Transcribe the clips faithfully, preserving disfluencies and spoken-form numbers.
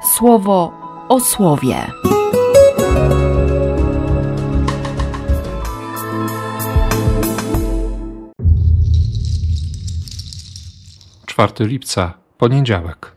Słowo o słowie. czwartego lipca, poniedziałek.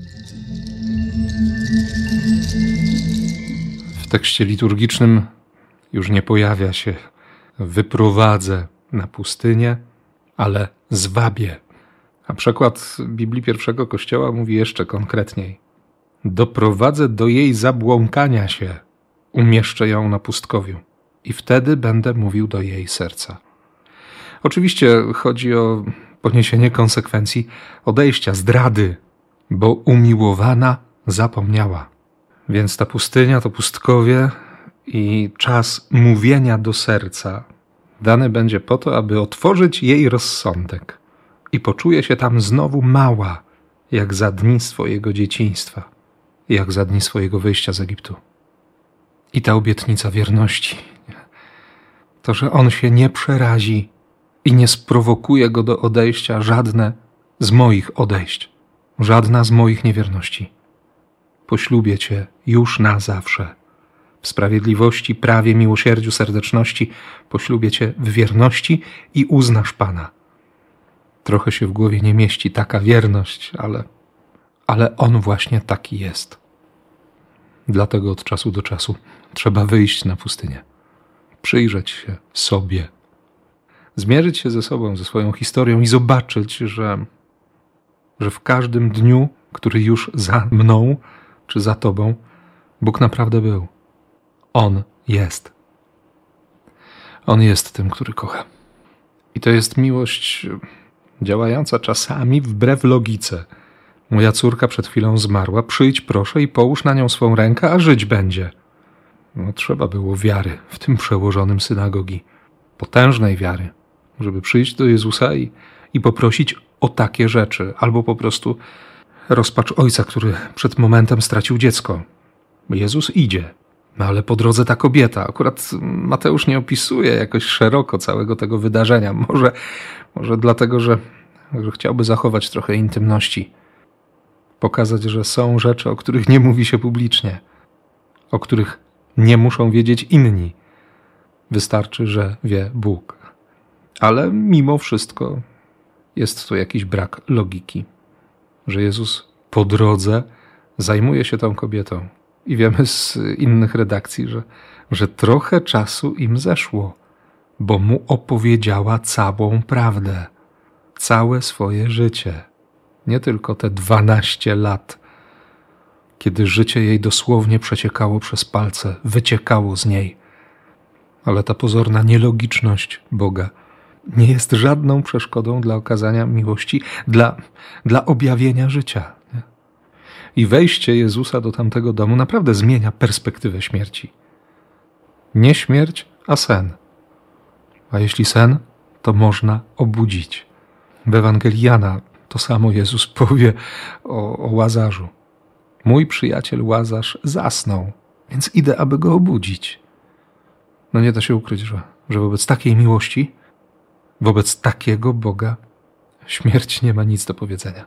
W tekście liturgicznym już nie pojawia się wyprowadzę na pustynię, ale zwabię. A przekład Biblii Pierwszego Kościoła mówi jeszcze konkretniej. Doprowadzę do jej zabłąkania się, umieszczę ją na pustkowiu i wtedy będę mówił do jej serca. Oczywiście chodzi o poniesienie konsekwencji odejścia, zdrady, bo umiłowana zapomniała. Więc ta pustynia, to pustkowie i czas mówienia do serca dany będzie po to, aby otworzyć jej rozsądek i poczuje się tam znowu mała, jak za dni swojego dzieciństwa, jak za dni swojego wyjścia z Egiptu. I ta obietnica wierności, to, że on się nie przerazi i nie sprowokuje go do odejścia żadne z moich odejść, żadna z moich niewierności. Poślubię cię już na zawsze. W sprawiedliwości, prawie, miłosierdziu, serdeczności poślubię cię w wierności i uznasz Pana. Trochę się w głowie nie mieści taka wierność, ale, ale on właśnie taki jest. Dlatego od czasu do czasu trzeba wyjść na pustynię, przyjrzeć się sobie, zmierzyć się ze sobą, ze swoją historią i zobaczyć, że, że w każdym dniu, który już za mną czy za tobą, Bóg naprawdę był. On jest. On jest tym, który kocha. I to jest miłość działająca czasami wbrew logice. Moja córka przed chwilą zmarła, przyjdź proszę i połóż na nią swą rękę, a żyć będzie. No, trzeba było wiary w tym przełożonym synagogi. Potężnej wiary, żeby przyjść do Jezusa i, i poprosić o takie rzeczy, albo po prostu rozpacz ojca, który przed momentem stracił dziecko. Jezus idzie, no ale po drodze ta kobieta. Akurat Mateusz nie opisuje jakoś szeroko całego tego wydarzenia. Może, może dlatego, że, że chciałby zachować trochę intymności. Pokazać, że są rzeczy, o których nie mówi się publicznie, o których nie muszą wiedzieć inni. Wystarczy, że wie Bóg. Ale mimo wszystko jest tu jakiś brak logiki, że Jezus po drodze zajmuje się tą kobietą. I wiemy z innych redakcji, że, że trochę czasu im zeszło, bo mu opowiedziała całą prawdę, całe swoje życie. Nie tylko te dwanaście lat, kiedy życie jej dosłownie przeciekało przez palce, wyciekało z niej. Ale ta pozorna nielogiczność Boga nie jest żadną przeszkodą dla okazania miłości, dla, dla objawienia życia. Nie? I wejście Jezusa do tamtego domu naprawdę zmienia perspektywę śmierci. Nie śmierć, a sen. A jeśli sen, to można obudzić. W Ewangelii Jana to samo Jezus powie o, o Łazarzu. Mój przyjaciel Łazarz zasnął, więc idę, aby go obudzić. No nie da się ukryć, że, że wobec takiej miłości, wobec takiego Boga, śmierć nie ma nic do powiedzenia.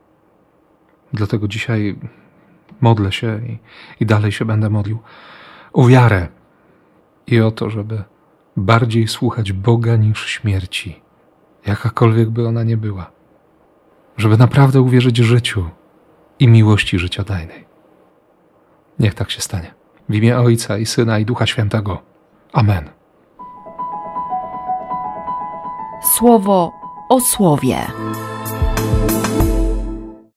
Dlatego dzisiaj modlę się i, i dalej się będę modlił o wiarę i o to, żeby bardziej słuchać Boga niż śmierci, jakakolwiek by ona nie była. Żeby naprawdę uwierzyć życiu i miłości życiodajnej. Niech tak się stanie. W imię Ojca i Syna i Ducha Świętego. Amen. Słowo o słowie.